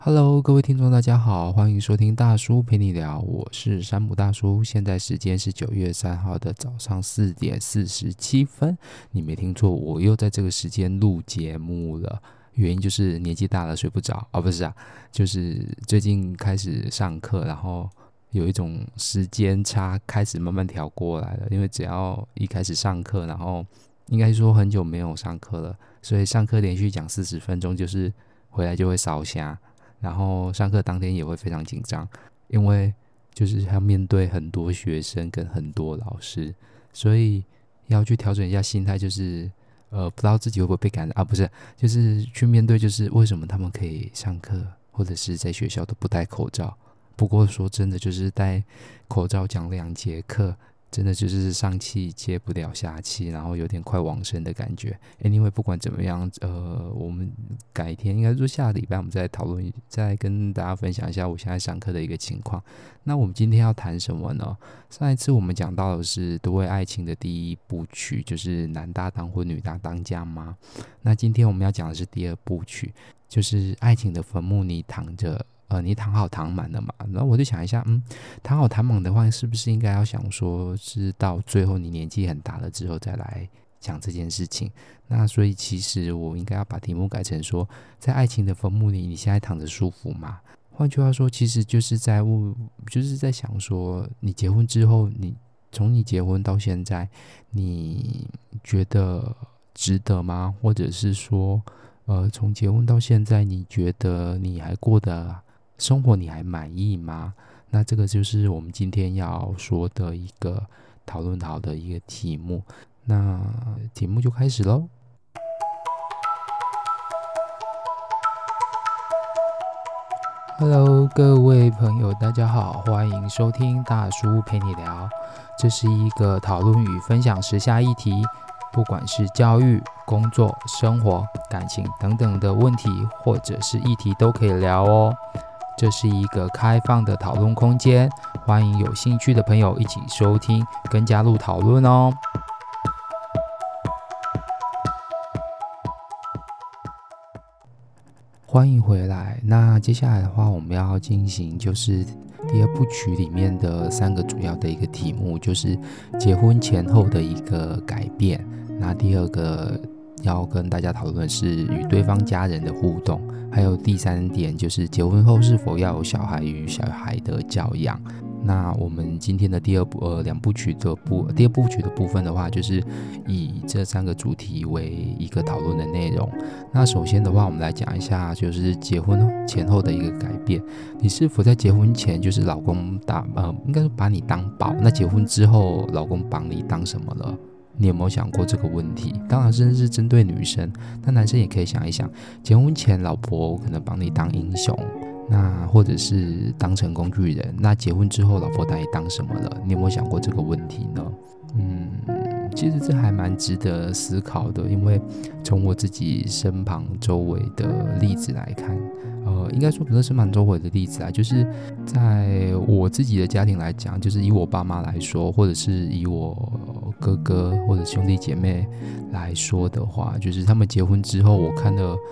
Hello，各位听众，大家好，欢迎收听大叔陪你聊，我是山姆大叔。现在时间是9月3号的早上4:47。你没听错，我又在这个时间录节目了。原因就是年纪大了睡不着不是啊，就是最近开始上课，然后有一种时间差开始慢慢调过来了。因为只要一开始上课，然后应该说很久没有上课了，所以上课连续讲40分钟，就是回来就会烧瞎。然后上课当天也会非常紧张，因为就是要面对很多学生跟很多老师，所以要去调整一下心态，就是不知道自己会不会被感染不是，就是去面对，就是为什么他们可以上课或者是在学校都不戴口罩。不过说真的，就是戴口罩讲2节课，真的就是上气接不了下气，然后有点快往生的感觉。Anyway， 不管怎么样，我们改天应该说下个礼拜我们再讨论，再跟大家分享一下我现在上课的一个情况。那我们今天要谈什么呢？上一次我们讲到的是多位爱情的第一部曲，就是男大当婚女大当嫁妈。那今天我们要讲的是第2部曲，就是爱情的坟墓你躺好躺满了嘛？然后我就想一下，躺好躺满的话，是不是应该要想说是到最后你年纪很大了之后再来讲这件事情？那所以其实我应该要把题目改成说，在爱情的坟墓里，你现在躺着舒服吗？换句话说，其实就是在想说，你结婚之后，从你结婚到现在，你觉得值得吗？或者是说，从结婚到现在，你觉得你还过得生活你还满意吗？那这个就是我们今天要说的一个讨论好的一个题目。那题目就开始咯。Hello， 各位朋友，大家好，欢迎收听大叔陪你聊。这是一个讨论与分享时下议题，不管是教育、工作、生活、感情等等的问题，或者是议题都可以聊哦。这是一个开放的讨论空间，欢迎有兴趣的朋友一起收听跟加入讨论哦。欢迎回来。那接下来的话，我们要进行就是第2部曲里面的3个主要的一个题目，就是结婚前后的一个改变。那第2个要跟大家讨论的是与对方家人的互动，还有第3点就是结婚后是否要有小孩与小孩的教养。那我们今天的第2部曲的部分的话，就是以这3个主题为一个讨论的内容。那首先的话，我们来讲一下就是结婚前后的一个改变。你是否在结婚前就是老公应该说把你当宝，那结婚之后老公把你当什么了？你有没有想过这个问题？当然是针对女生，那男生也可以想一想，结婚前老婆可能把你当英雄，那或者是当成工具人，那结婚之后老婆把你当什么了？你有没有想过这个问题呢？其实这还蛮值得思考的，因为从我自己身旁周围的例子来看，应该说不是身旁周围的例子啊，就是在我自己的家庭来讲，就是以我爸妈来说，或者是以我哥哥或者兄弟姐妹来说的话，就是他们结婚之后，我看了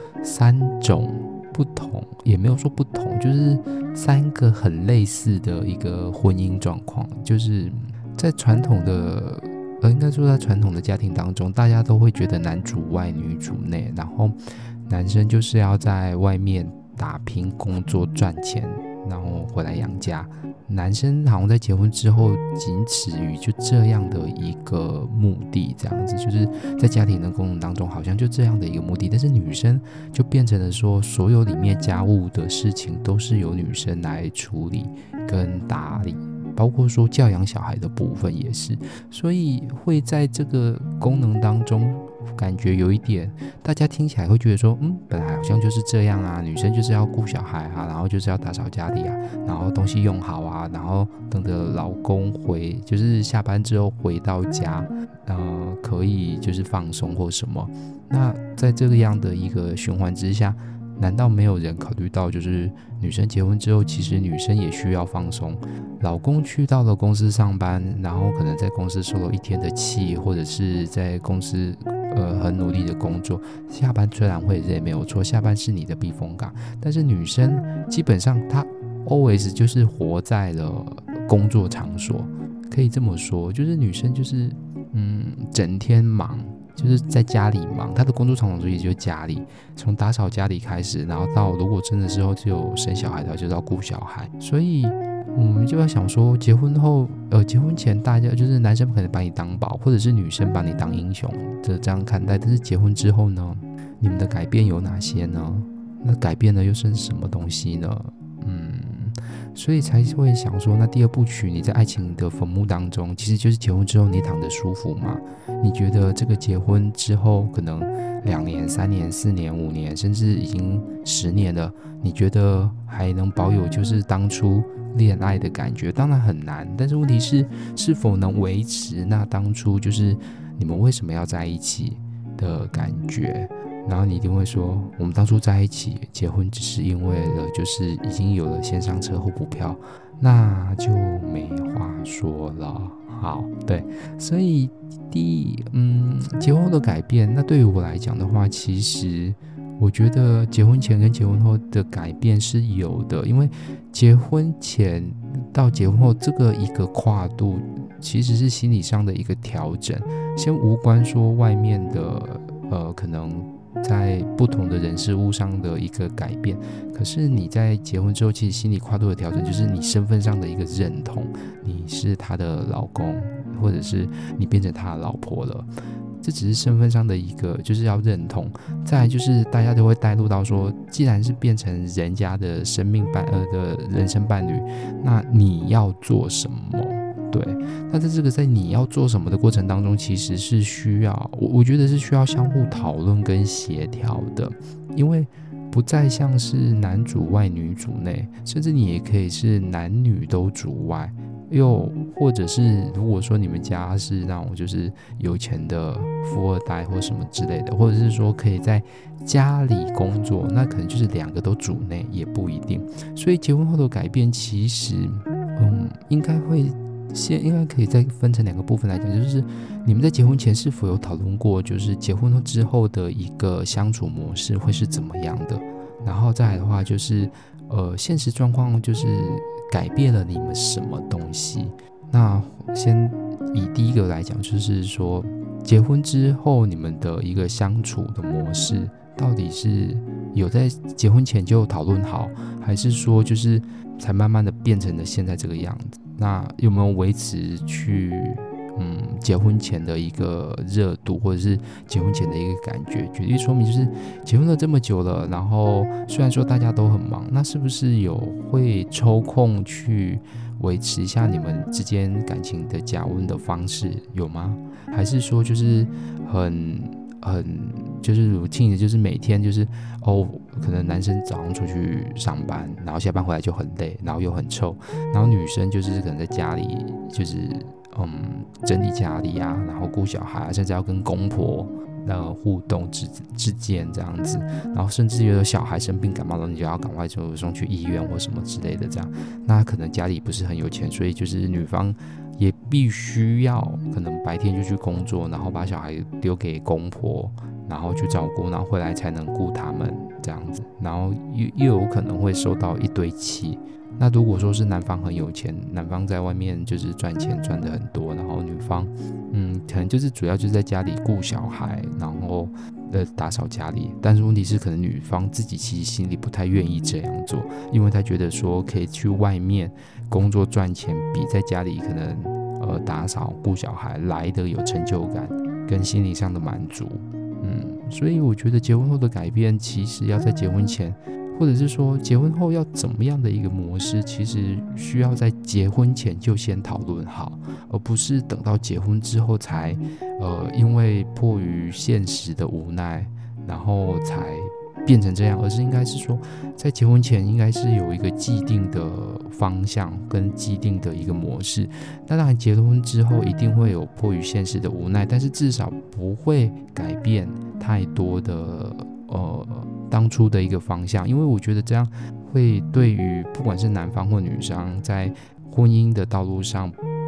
3种不同，也没有说不同，就是3个很类似的一个婚姻状况。就是在传统的应该说在传统的家庭当中，大家都会觉得男主外女主内，然后男生就是要在外面打拼工作赚钱，然后回来养家。男生好像在结婚之后仅止于就这样的一个目的，这样子就是在家庭的功能当中好像就这样的一个目的。但是女生就变成了说，所有里面家务的事情都是由女生来处理跟打理，包括说教养小孩的部分也是，所以会在这个功能当中感觉有一点大家听起来会觉得说，本来好像就是这样啊，女生就是要顾小孩啊，然后就是要打扫家里啊，然后东西用好啊，然后等着老公就是下班之后回到家，可以就是放松或什么。那在这个样的一个循环之下，难道没有人考虑到就是女生结婚之后，其实女生也需要放松？老公去到了公司上班，然后可能在公司受了1天的气，或者是在公司很努力的工作，下班虽然会累没有错，下班是你的避风港，但是女生基本上她 always 就是活在了工作场所，可以这么说，就是女生就是整天忙，就是在家里忙，她的工作场所也就是家里，从打扫家里开始，然后到如果真的之后只有生小孩的话，就到顾小孩，所以我们就要想说，结婚后，结婚前大家就是男生可能把你当宝，或者是女生把你当英雄，这样看待。但是结婚之后呢，你们的改变有哪些呢？那改变了又是什么东西呢？所以才会想说，那第二部曲你在爱情的坟墓当中，其实就是结婚之后你躺着舒服吗？你觉得这个结婚之后可能2年、3年、4年、5年，甚至已经10年了，你觉得还能保有就是当初恋爱的感觉？当然很难，但是问题是是否能维持那当初就是你们为什么要在一起的感觉？然后你一定会说，我们当初在一起结婚只是因为了就是已经有了先上车后补票，那就没话说了。好，对，所以结婚后的改变，那对于我来讲的话，其实我觉得结婚前跟结婚后的改变是有的，因为结婚前到结婚后这个一个跨度，其实是心理上的一个调整，先无关说外面的可能在不同的人事物上的一个改变，可是你在结婚之后，其实心理跨度的调整就是你身份上的一个认同，你是他的老公，或者是你变成他的老婆了，这只是身份上的一个就是要认同。再来就是大家都会带入到说，既然是变成人家的生命的人生伴侣，那你要做什么？对，那在你要做什么的过程当中，其实是需要我觉得是需要相互讨论跟协调的，因为不再像是男主外女主内，甚至你也可以是男女都主外，又或者是如果说你们家是那种就是有钱的富二代或什么之类的，或者是说可以在家里工作，那可能就是2个都主内也不一定。所以结婚后的改变其实应该可以再分成2个部分来讲，就是你们在结婚前是否有讨论过，就是结婚之后的一个相处模式会是怎么样的？然后再来的话，就是现实状况就是改变了你们什么东西？那先以第一个来讲，就是说结婚之后你们的一个相处的模式，到底是有在结婚前就讨论好，还是说就是才慢慢的变成了现在这个样子？那有没有维持去结婚前的一个热度，或者是结婚前的一个感觉？举例说明，就是结婚了这么久了，然后虽然说大家都很忙，那是不是有会抽空去维持一下你们之间感情的加温的方式，有吗？还是说就是很就是 routine 的，就是每天就是可能男生早上出去上班，然后下班回来就很累，然后又很臭，然后女生就是可能在家里就是整理家里啊，然后顾小孩啊，甚至要跟公婆互动之间这样子，然后甚至有小孩生病感冒了，你就要赶快就送去医院或什么之类的这样。那可能家里不是很有钱，所以就是女方也必须要可能白天就去工作，然后把小孩丢给公婆，然后去照顾，然后回来才能顾他们这样子，然后又有可能会受到一堆气。那如果说是男方很有钱，男方在外面就是赚钱赚得很多，然后女方可能就是主要就是在家里顾小孩，然后打扫家里，但是问题是可能女方自己其实心里不太愿意这样做，因为她觉得说可以去外面工作赚钱，比在家里可能打扫顾小孩来的有成就感跟心理上的满足。所以我觉得结婚后的改变，其实要在结婚前，或者是说结婚后要怎么样的一个模式，其实需要在结婚前就先讨论好，而不是等到结婚之后才因为迫于现实的无奈，然后才变成这样，而是应该是说在结婚前应该是有一个既定的方向跟既定的一个模式。那当然结了婚之后一定会有迫于现实的无奈，但是至少不会改变太多的当初的一个方向，因为我觉得这样会对于不管是男方或女方在婚姻的道路上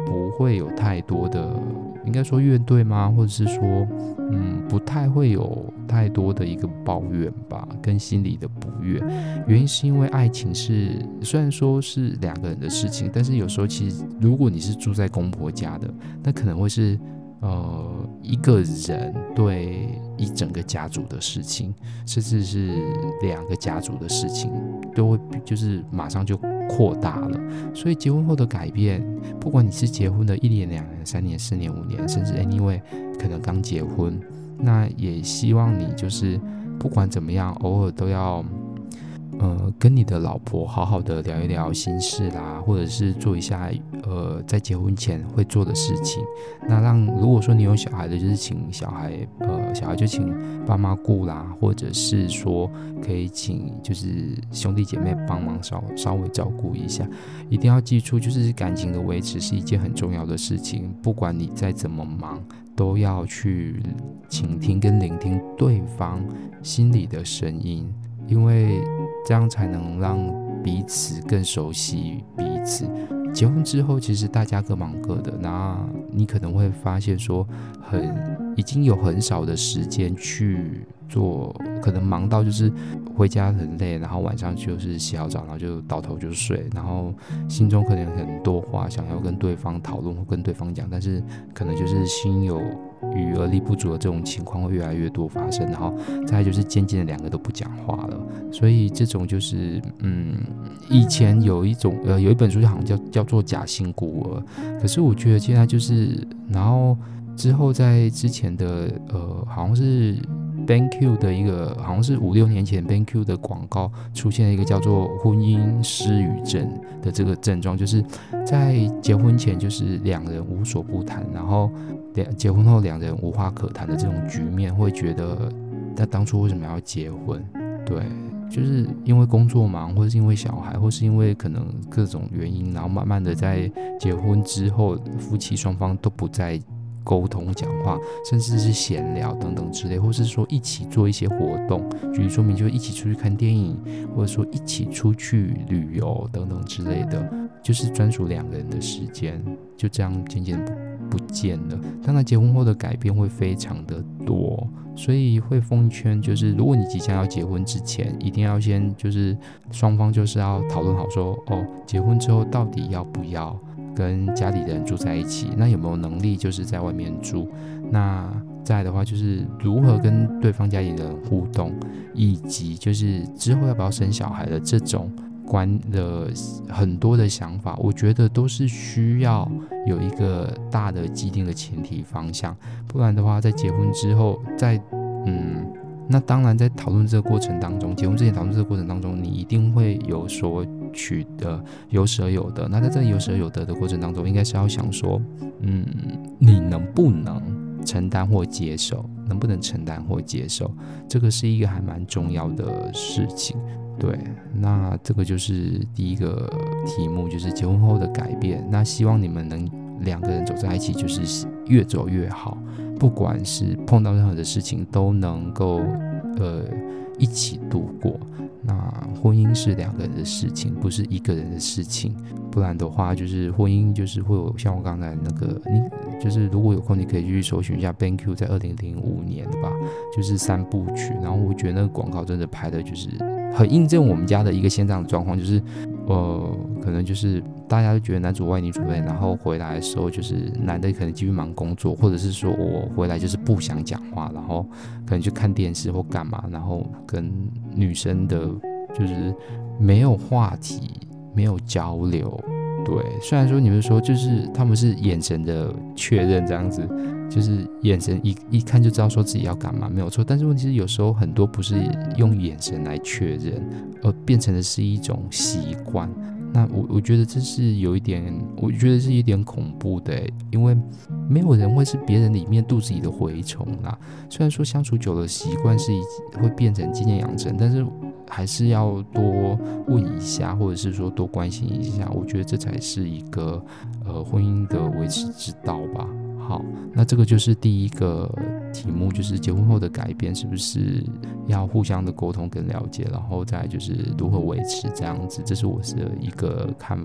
不会有太多的，应该说怨怼吗？或者是说，不太会有太多的一个抱怨吧，跟心里的不悦。原因是因为爱情是虽然说是两个人的事情，但是有时候其实如果你是住在公婆家的，那可能会是一个人对一整个家族的事情，甚至是两个家族的事情，都会就是马上就扩大了。所以结婚后的改变，不管你是结婚的1年、2年、3年、4年、5年，甚至anyway可能刚结婚，那也希望你就是不管怎么样，偶尔都要跟你的老婆好好的聊一聊心事啦，或者是做一下在结婚前会做的事情。那如果说你有小孩的，就是请小孩就请爸妈顾啦，或者是说可以请就是兄弟姐妹帮忙稍微照顾一下。一定要记住，就是感情的维持是一件很重要的事情，不管你再怎么忙，都要去倾听跟聆听对方心里的声音，因为这样才能让彼此更熟悉彼此。结婚之后，其实大家各忙各的，那你可能会发现说，已经有很少的时间去做，可能忙到就是回家很累，然后晚上就是洗好澡，然后就倒头就睡，然后心中可能很多话想要跟对方讨论或跟对方讲，但是可能就是心有余而力不足的这种情况会越来越多发生，然后再来就是渐渐的两个都不讲话了。所以这种就是以前有一本书好像叫做假性孤儿，可是我觉得现在就是然后之后在之前的好像是 BenQ 的一个，好像是5-6年前 BenQ 的广告出现了一个叫做婚姻失语症的这个症状，就是在结婚前就是两人无所不谈，然后结婚后两人无话可谈的这种局面，会觉得他当初为什么要结婚？对，就是因为工作忙，或是因为小孩，或是因为可能各种原因，然后慢慢的在结婚之后，夫妻双方都不再沟通讲话，甚至是闲聊等等之类，或是说一起做一些活动，举例说明就一起出去看电影，或者说一起出去旅游等等之类的，就是专属两个人的时间，就这样渐渐不见了。当然结婚后的改变会非常的多，所以会奉劝就是如果你即将要结婚之前，一定要先就是双方就是要讨论好说结婚之后到底要不要跟家里的人住在一起，那有没有能力就是在外面住，那再来的话就是如何跟对方家里的人互动，以及就是之后要不要生小孩的这种很多的想法，我觉得都是需要有一个大的既定的前提方向，不然的话在结婚之后那当然在讨论这个过程当中，结婚之前讨论这个过程当中，你一定会有所取得，有舍有得。那在这个有舍有得的过程当中，应该是要想说你能不能承担或接受，能不能承担或接受，这个是一个还蛮重要的事情。对，那这个就是第一个题目，就是结婚后的改变。那希望你们能两个人走在一起，就是越走越好，不管是碰到任何的事情都能够一起度过。那婚姻是两个人的事情，不是一个人的事情，不然的话就是婚姻就是会有像我刚才那个，你就是如果有空你可以去搜寻一下 BenQ 在2005年的吧，就是3部曲，然后我觉得那个广告真的拍的就是很印证我们家的一个现状的状况，就是可能就是大家都觉得男主外女主内，然后回来的时候就是男的可能继续忙工作，或者是说我回来就是不想讲话，然后可能去看电视或干嘛，然后跟女生的就是没有话题，没有交流。对，虽然说你们说就是他们是眼神的确认这样子，就是眼神一看就知道说自己要干嘛，没有错。但是问题是有时候很多不是用眼神来确认，而变成的是一种习惯。那我觉得这是有一点，我觉得是有点恐怖的，因为没有人会是别人里面肚子里的蛔虫啦。虽然说相处久了习惯是会变成渐渐养成，但是还是要多问一下，或者是说多关心一下，我觉得这才是一个婚姻的维持之道吧。好，那这个就是第一个题目，就是结婚后的改变是不是要互相的沟通跟了解，然后再来就是如何维持这样子，这是我的一个看法。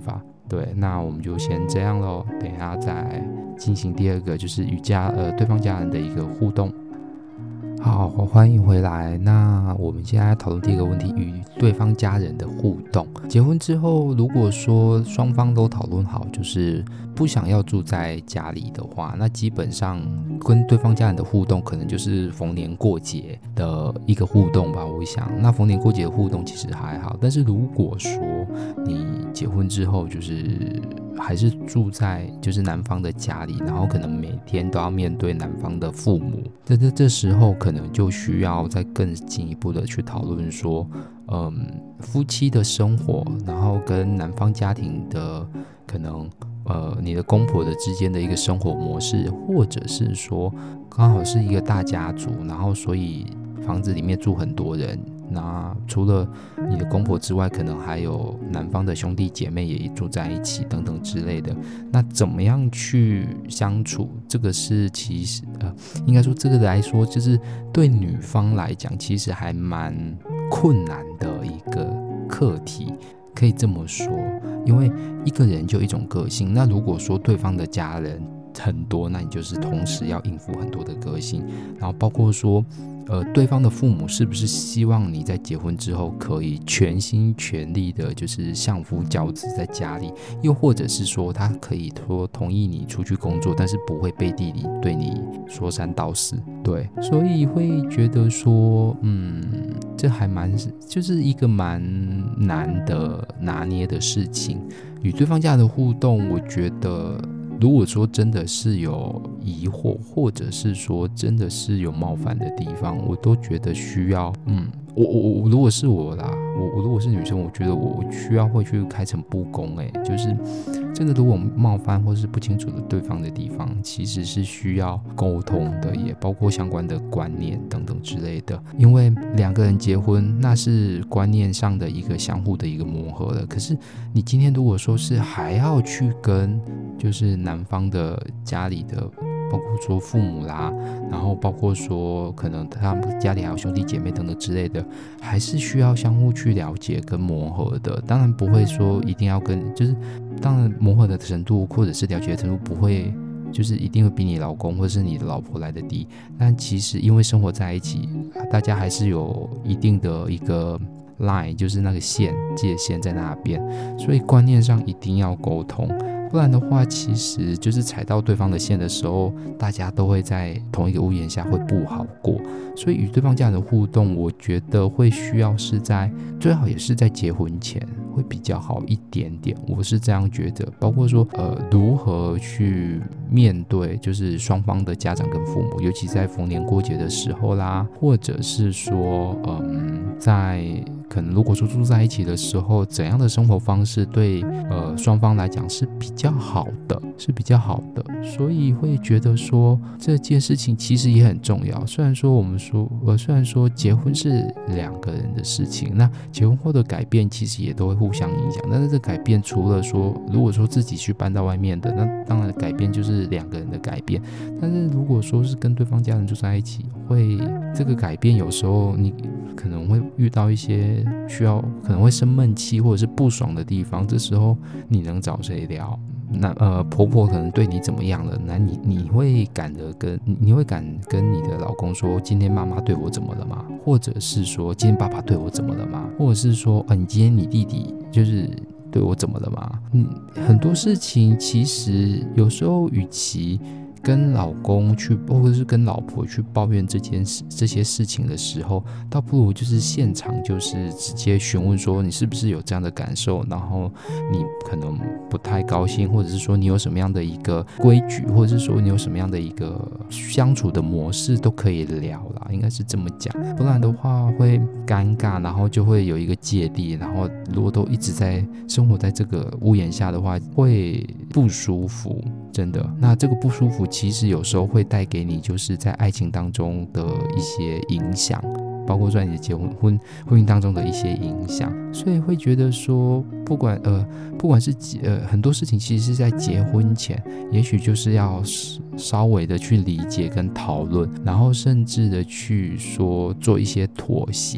对，那我们就先这样咯，等一下再进行第二个，就是与对方家人的一个互动。好，欢迎回来。那我们现在讨论第二个问题，与对方家人的互动。结婚之后，如果说双方都讨论好，就是不想要住在家里的话，那基本上跟对方家人的互动，可能就是逢年过节的一个互动吧。我想，那逢年过节的互动其实还好，但是如果说你结婚之后，就是还是住在就是男方的家里，然后可能每天都要面对男方的父母，这时候可能就需要再更进一步的去讨论说，夫妻的生活，然后跟男方家庭的可能你的公婆的之间的一个生活模式，或者是说刚好是一个大家族，然后所以房子里面住很多人。那除了你的公婆之外，可能还有男方的兄弟姐妹也住在一起等等之类的。那怎么样去相处？这个是其实应该说这个来说，就是对女方来讲，其实还蛮困难的一个课题。可以这么说，因为一个人就一种个性。那如果说对方的家人很多，那你就是同时要应付很多的个性，然后包括说对方的父母是不是希望你在结婚之后可以全心全力的就是相夫教子在家里，又或者是说他可以说同意你出去工作，但是不会背地里对你说三道四。对，所以会觉得说这还就是一个蛮难的拿捏的事情。与对方家的互动，我觉得如果说真的是有疑惑，或者是说真的是有冒犯的地方，我都觉得需要我如果是我啦，我如果是女生，我觉得我需要会去开诚布公，就是真的如果冒犯或是不清楚的对方的地方，其实是需要沟通的，也包括相关的观念等等之类的。因为两个人结婚，那是观念上的一个相互的一个磨合了。可是你今天如果说是还要去跟就是男方的家里的，包括说父母啦，然后包括说可能他们家里还有兄弟姐妹等等之类的，还是需要相互去了解跟磨合的。当然不会说一定要就是当然磨合的程度或者是了解的程度不会就是一定会比你老公或者是你的老婆来得低，但其实因为生活在一起，大家还是有一定的一个 line， 就是那个界限在那边，所以观念上一定要沟通。不然的话，其实就是踩到对方的线的时候，大家都会在同一个屋檐下会不好过。所以与对方家人的互动，我觉得会需要是最好也是在结婚前会比较好一点点，我是这样觉得。包括说如何去面对就是双方的家长跟父母，尤其在逢年过节的时候啦，或者是说在可能如果说住在一起的时候，怎样的生活方式对双方来讲是比较好的，所以会觉得说这件事情其实也很重要。虽然说结婚是两个人的事情，那结婚后的改变其实也都会互相影响，但是这改变除了说如果说自己去搬到外面的，那当然改变就是两个人的改变，但是如果说是跟对方家人住在一起，这个改变有时候你可能会遇到一些可能会生闷气或者是不爽的地方，这时候你能找谁聊？婆婆可能对你怎么样了？那你会敢跟你的老公说今天妈妈对我怎么了吗？或者是说今天爸爸对我怎么了吗？或者是说你今天你弟弟就是对我怎么了吗？很多事情其实有时候与其跟老公去或者是跟老婆去抱怨这些事情的时候，倒不如就是现场就是直接询问说你是不是有这样的感受，然后你可能不太高兴，或者是说你有什么样的一个规矩，或者是说你有什么样的一个相处的模式都可以聊啦，应该是这么讲。不然的话会尴尬，然后就会有一个芥蒂，然后如果都一直在生活在这个屋檐下的话，会不舒服，真的。那这个不舒服其实有时候会带给你就是在爱情当中的一些影响，包括在你的婚姻当中的一些影响，所以会觉得说不管是很多事情其实是在结婚前，也许就是要稍微的去理解跟讨论，然后甚至的去说做一些妥协。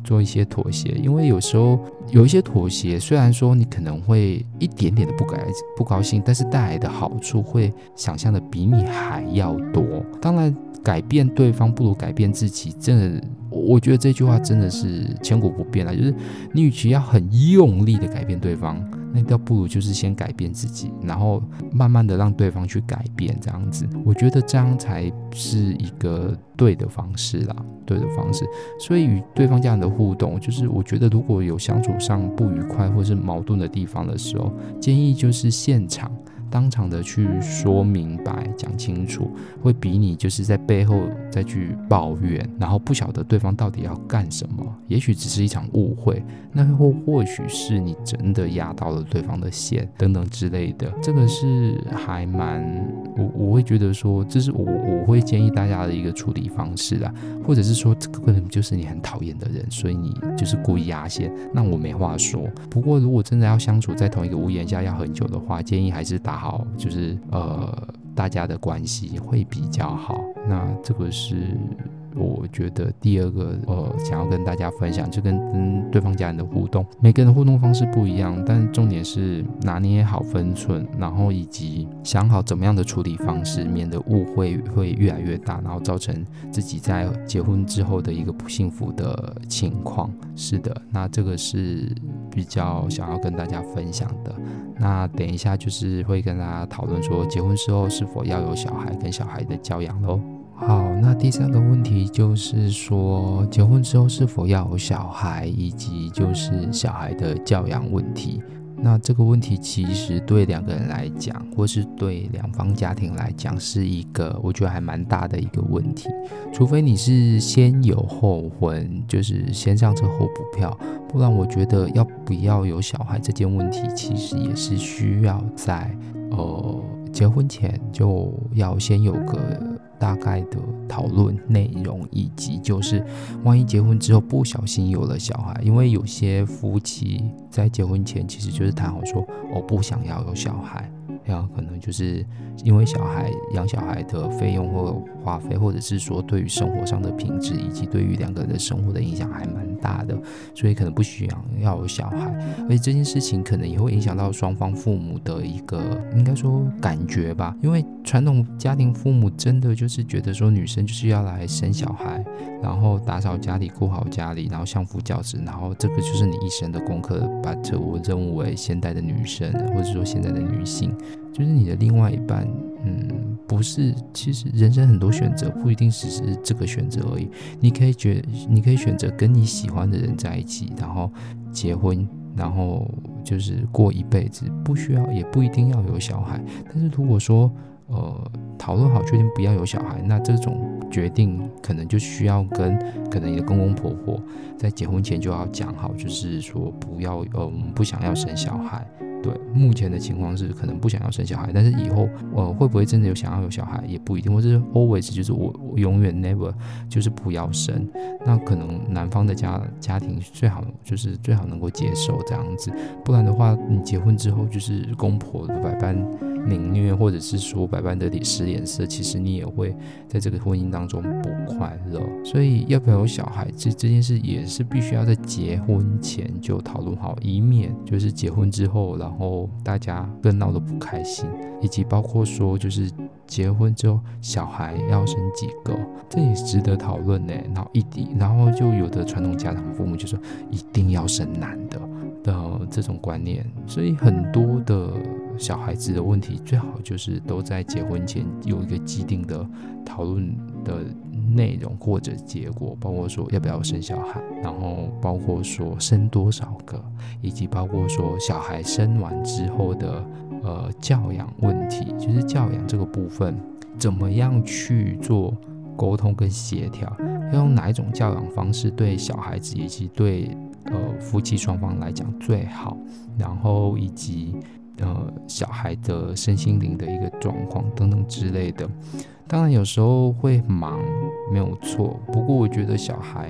做一些妥协，因为有时候有一些妥协，虽然说你可能会一点点的不高兴，但是带来的好处会想象的比你还要多。当然，改变对方不如改变自己，真的，我觉得这句话真的是千古不变啦。就是你与其要很用力的改变对方，那倒不如就是先改变自己，然后慢慢的让对方去改变，这样子，我觉得这样才是一个对的方式啦，对的方式。所以与对方这样的互动，就是我觉得如果有相处上不愉快或是矛盾的地方的时候，建议就是现场当场的去说明白讲清楚，会比你就是在背后再去抱怨，然后不晓得对方到底要干什么，也许只是一场误会，那或许是你真的压到了对方的线等等之类的。这个是还蛮我会觉得说这是我会建议大家的一个处理方式啦，或者是说这个可能就是你很讨厌的人，所以你就是故意压线，那我没话说。不过如果真的要相处在同一个屋檐下要很久的话，建议还是打好就是大家的关系会比较好。那这个是我觉得第二个想要跟大家分享，就跟对方家人的互动，每个人的互动方式不一样，但重点是拿捏好分寸，然后以及想好怎么样的处理方式，免得误会会越来越大，然后造成自己在结婚之后的一个不幸福的情况。是的，那这个是比较想要跟大家分享的。那等一下就是会跟大家讨论说结婚之后是否要有小孩跟小孩的教养咯。好，那第三个问题就是说结婚之后是否要有小孩，以及就是小孩的教养问题。那这个问题其实对两个人来讲，或是对两方家庭来讲，是一个我觉得还蛮大的一个问题。除非你是先有后婚，就是先上车后补票，不然我觉得要不要有小孩这件问题，其实也是需要在结婚前就要先有个大概的讨论内容，以及就是万一结婚之后不小心有了小孩，因为有些夫妻在结婚前其实就是谈好说我不想要有小孩，可能就是因为养小孩的费用或花费，或者是说对于生活上的品质以及对于两个人的生活的影响还蛮大的，所以可能不需要有小孩。而且这件事情可能也会影响到双方父母的一个应该说感觉吧，因为传统家庭父母真的就是觉得说女生就是要来生小孩，然后打扫家里顾好家里，然后相夫教子，然后这个就是你一生的功课。But 我认为现代的女生或者说现在的女性，就是你的另外一半不是，其实人生很多选择不一定只是这个选择而已。你可以选择跟你喜欢的人在一起，然后结婚，然后就是过一辈子，不需要也不一定要有小孩。但是如果说讨论好确定不要有小孩，那这种决定可能就需要跟可能你的公公婆婆在结婚前就要讲好，就是说不要我们不想要生小孩。对，目前的情况是可能不想要生小孩，但是以后会不会真的想要有小孩也不一定，或是 always 就是我永远 never 就是不要生。那可能男方的家庭最好能够接受这样子，不然的话你结婚之后就是公婆的百般凌虐，或者是说百般的使脸色，其实你也会在这个婚姻当中不快乐。所以要不要有小孩这件事也是必须要在结婚前就讨论好，以免就是结婚之后然后大家更闹得不开心，以及包括说就是结婚之后小孩要生几个，这也值得讨论呢。然后就有的传统家长父母就说一定要生男的这种观念，所以很多的小孩子的问题最好就是都在结婚前有一个既定的讨论的内容或者结果，包括说要不要生小孩，然后包括说生多少个，以及包括说小孩生完之后的教养问题，就是教养这个部分怎么样去做沟通跟协调，要用哪一种教养方式对小孩子以及对夫妻双方来讲最好，然后以及小孩的身心灵的一个状况等等之类的。当然有时候会忙没有错，不过我觉得小孩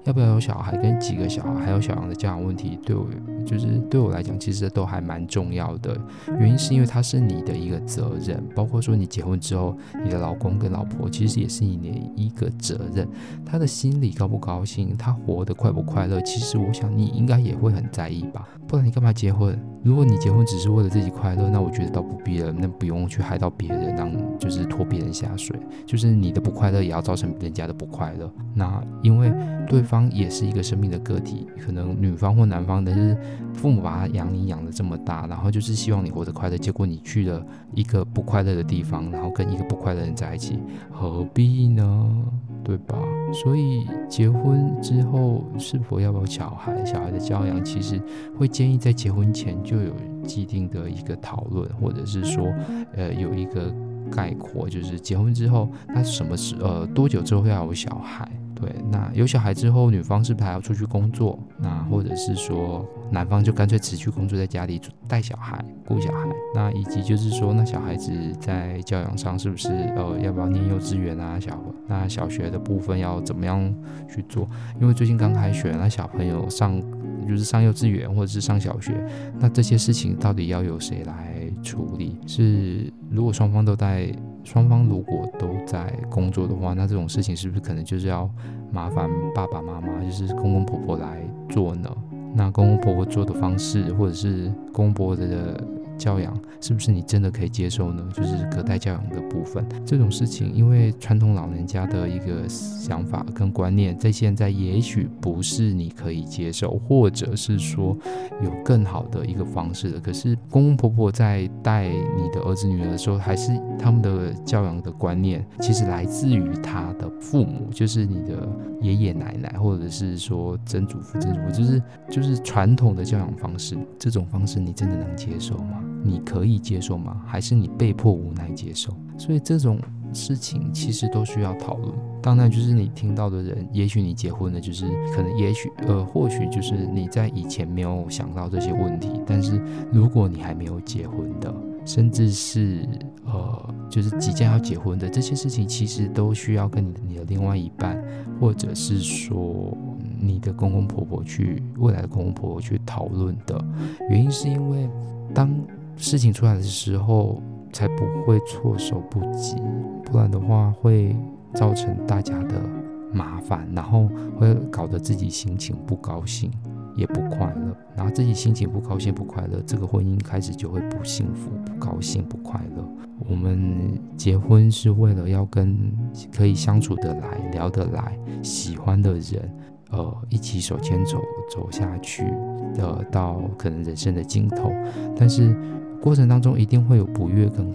要不要有小孩跟几个小孩还有小孩的教养问题，对我来讲其实都还蛮重要的。原因是因为它是你的一个责任，包括说你结婚之后，你的老公跟老婆其实也是你的一个责任。他的心里高不高兴，他活得快不快乐，其实我想你应该也会很在意吧。不然你干嘛结婚？如果你结婚只是为了自己快乐，那我觉得倒不必了，那不用去害到别人，就是拖别人下水，就是你的不快乐也要造成人家的不快乐。那因为对方也是一个生命的个体，可能女方或男方的是父母把他养得这么大，然后就是希望你活得快乐，结果你去了一个不快乐的地方，然后跟一个不快乐的人在一起，何必呢？对吧？所以结婚之后是否要有小孩的教养，其实会建议在结婚前就有既定的一个讨论，或者是说有一个概括，就是结婚之后那多久之后要有小孩。对，那有小孩之后，女方是不是还要出去工作？那或者是说，男方就干脆辞去工作，在家里带小孩、顾小孩？那以及就是说，那小孩子在教养上是不是要不要念幼稚园啊？那小学的部分要怎么样去做？因为最近刚开学，那小朋友上幼稚园或者是上小学，那这些事情到底要由谁来处理？如果双方如果都在工作的话，那这种事情是不是可能就是要麻烦爸爸妈妈，就是公公婆婆来做呢？那公公婆婆做的方式，或者是公公婆婆的教养，是不是你真的可以接受呢？就是隔代教养的部分，这种事情，因为传统老人家的一个想法跟观念，在现在也许不是你可以接受，或者是说有更好的一个方式的。可是公公婆婆在带你的儿子女儿的时候，还是他们的教养的观念，其实来自于他的父母，就是你的爷爷奶奶，或者是说曾祖父，就是传统的教养方式。这种方式你真的能接受吗？你可以接受吗？还是你被迫无奈接受？所以这种事情其实都需要讨论。当然，就是你听到的人，也许你结婚了，就是可能或许就是你在以前没有想到这些问题，但是如果你还没有结婚的，甚至是就是即将要结婚的，这些事情其实都需要跟你的另外一半，或者是说你的公公婆婆未来的公公婆婆去讨论的。原因是因为当事情出来的时候，才不会措手不及，不然的话会造成大家的麻烦，然后会搞得自己心情不高兴，也不快乐，然后自己心情不高兴不快乐，这个婚姻开始就会不幸福、不高兴、不快乐。我们结婚是为了要跟可以相处得来、聊得来、喜欢的人，一起手牵手走下去，到可能人生的尽头。但是过程当中一定会有不悦跟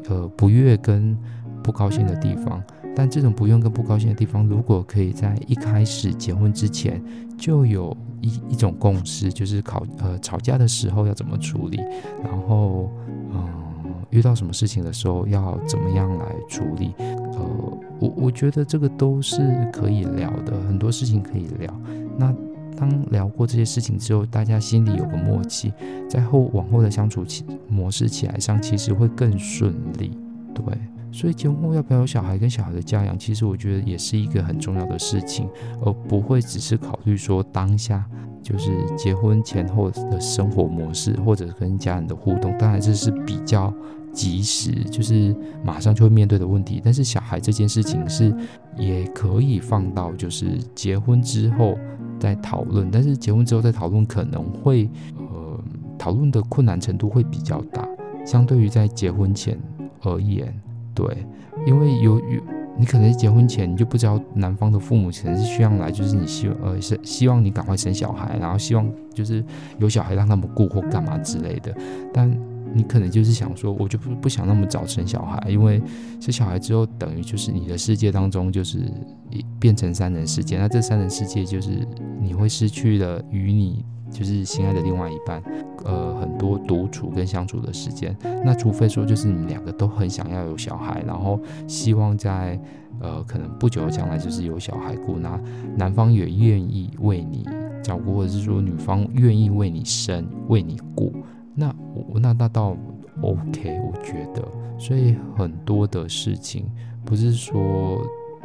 不高兴的地方。但这种不悦跟不高兴的地方，如果可以在一开始结婚之前就有一种共识，就是吵架的时候要怎么处理，然后遇到什么事情的时候要怎么样来处理，我觉得这个都是可以聊的，很多事情可以聊。那当聊过这些事情之后，大家心里有个默契，在往后的相处模式起来上，其实会更顺利。对，所以结婚后要不要有小孩跟小孩的教养，其实我觉得也是一个很重要的事情，而不会只是考虑说当下就是结婚前后的生活模式，或者跟家人的互动。当然这是比较及时，就是马上就会面对的问题。但是小孩这件事情是也可以放到就是结婚之后再讨论，但是结婚之后再讨论可能会讨论的困难程度会比较大，相对于在结婚前而言。对，因为你可能结婚前你就不知道男方的父母可能是希望来，就是你希望你赶快生小孩，然后希望就是有小孩让他们顾或干嘛之类的。但你可能就是想说，我就不想那么早生小孩，因为生小孩之后等于就是你的世界当中就是变成三人世界，那这三人世界就是你会失去了与你就是心爱的另外一半很多独处跟相处的时间。那除非说就是你们两个都很想要有小孩，然后希望在可能不久的将来就是有小孩顾，那男方也愿意为你照顾，或者是说女方愿意为你生为你顾，那倒 OK， 我觉得。所以很多的事情不是说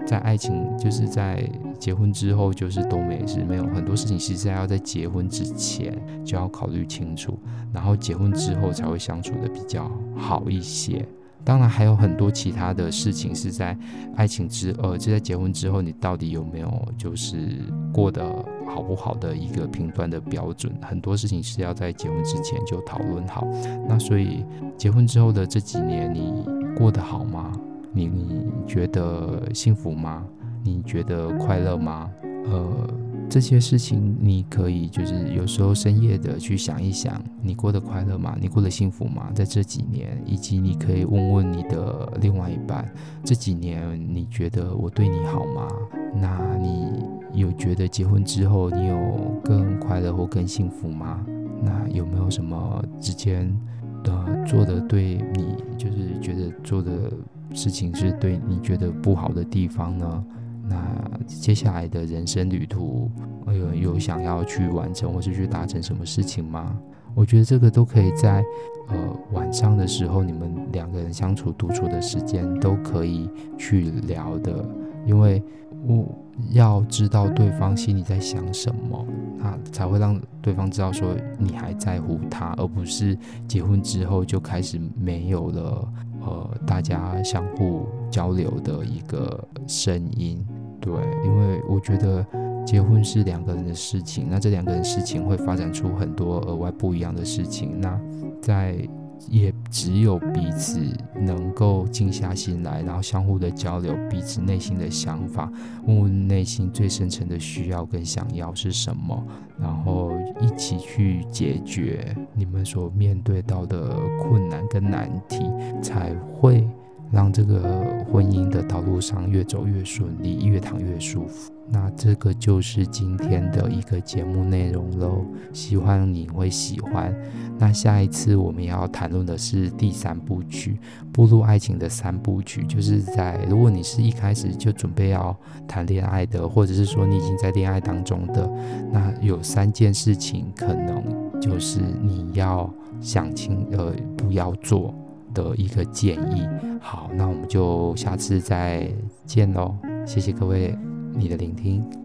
在爱情就是在结婚之后就是都没事，没有，很多事情其实要在结婚之前就要考虑清楚，然后结婚之后才会相处的比较好一些。当然还有很多其他的事情是在爱情就在结婚之后，你到底有没有就是过得好不好的一个评断的标准，很多事情是要在结婚之前就讨论好。那所以结婚之后的这几年你过得好吗？你觉得幸福吗？你觉得快乐吗？这些事情你可以就是有时候深夜的去想一想，你过得快乐吗？你过得幸福吗？在这几年，以及你可以问问你的另外一半，这几年你觉得我对你好吗？那你有觉得结婚之后你有更快乐或更幸福吗？那有没有什么之间做的对你就是觉得做的事情是对你觉得不好的地方呢？那接下来的人生旅途有想要去完成或是去达成什么事情吗？我觉得这个都可以在晚上的时候，你们两个人相处独处的时间都可以去聊的，因为我要知道对方心里在想什么，那才会让对方知道说你还在乎他，而不是结婚之后就开始没有了大家相互交流的一个声音。对，因为我觉得结婚是两个人的事情，那这两个人事情会发展出很多额外不一样的事情，那也只有彼此能够静下心来，然后相互的交流彼此内心的想法，问问内心最深层的需要跟想要是什么，然后一起去解决你们所面对到的困难跟难题，才会让这个婚姻的道路上越走越顺利，越躺越舒服。那这个就是今天的一个节目内容咯，希望你会喜欢。那下一次我们要谈论的是第3部曲，步入爱情的3部曲，就是如果你是一开始就准备要谈恋爱的，或者是说你已经在恋爱当中的，那有3件事情可能就是你要想清不要做的一个建议。好，那我们就下次再见咯，谢谢各位你的聆听。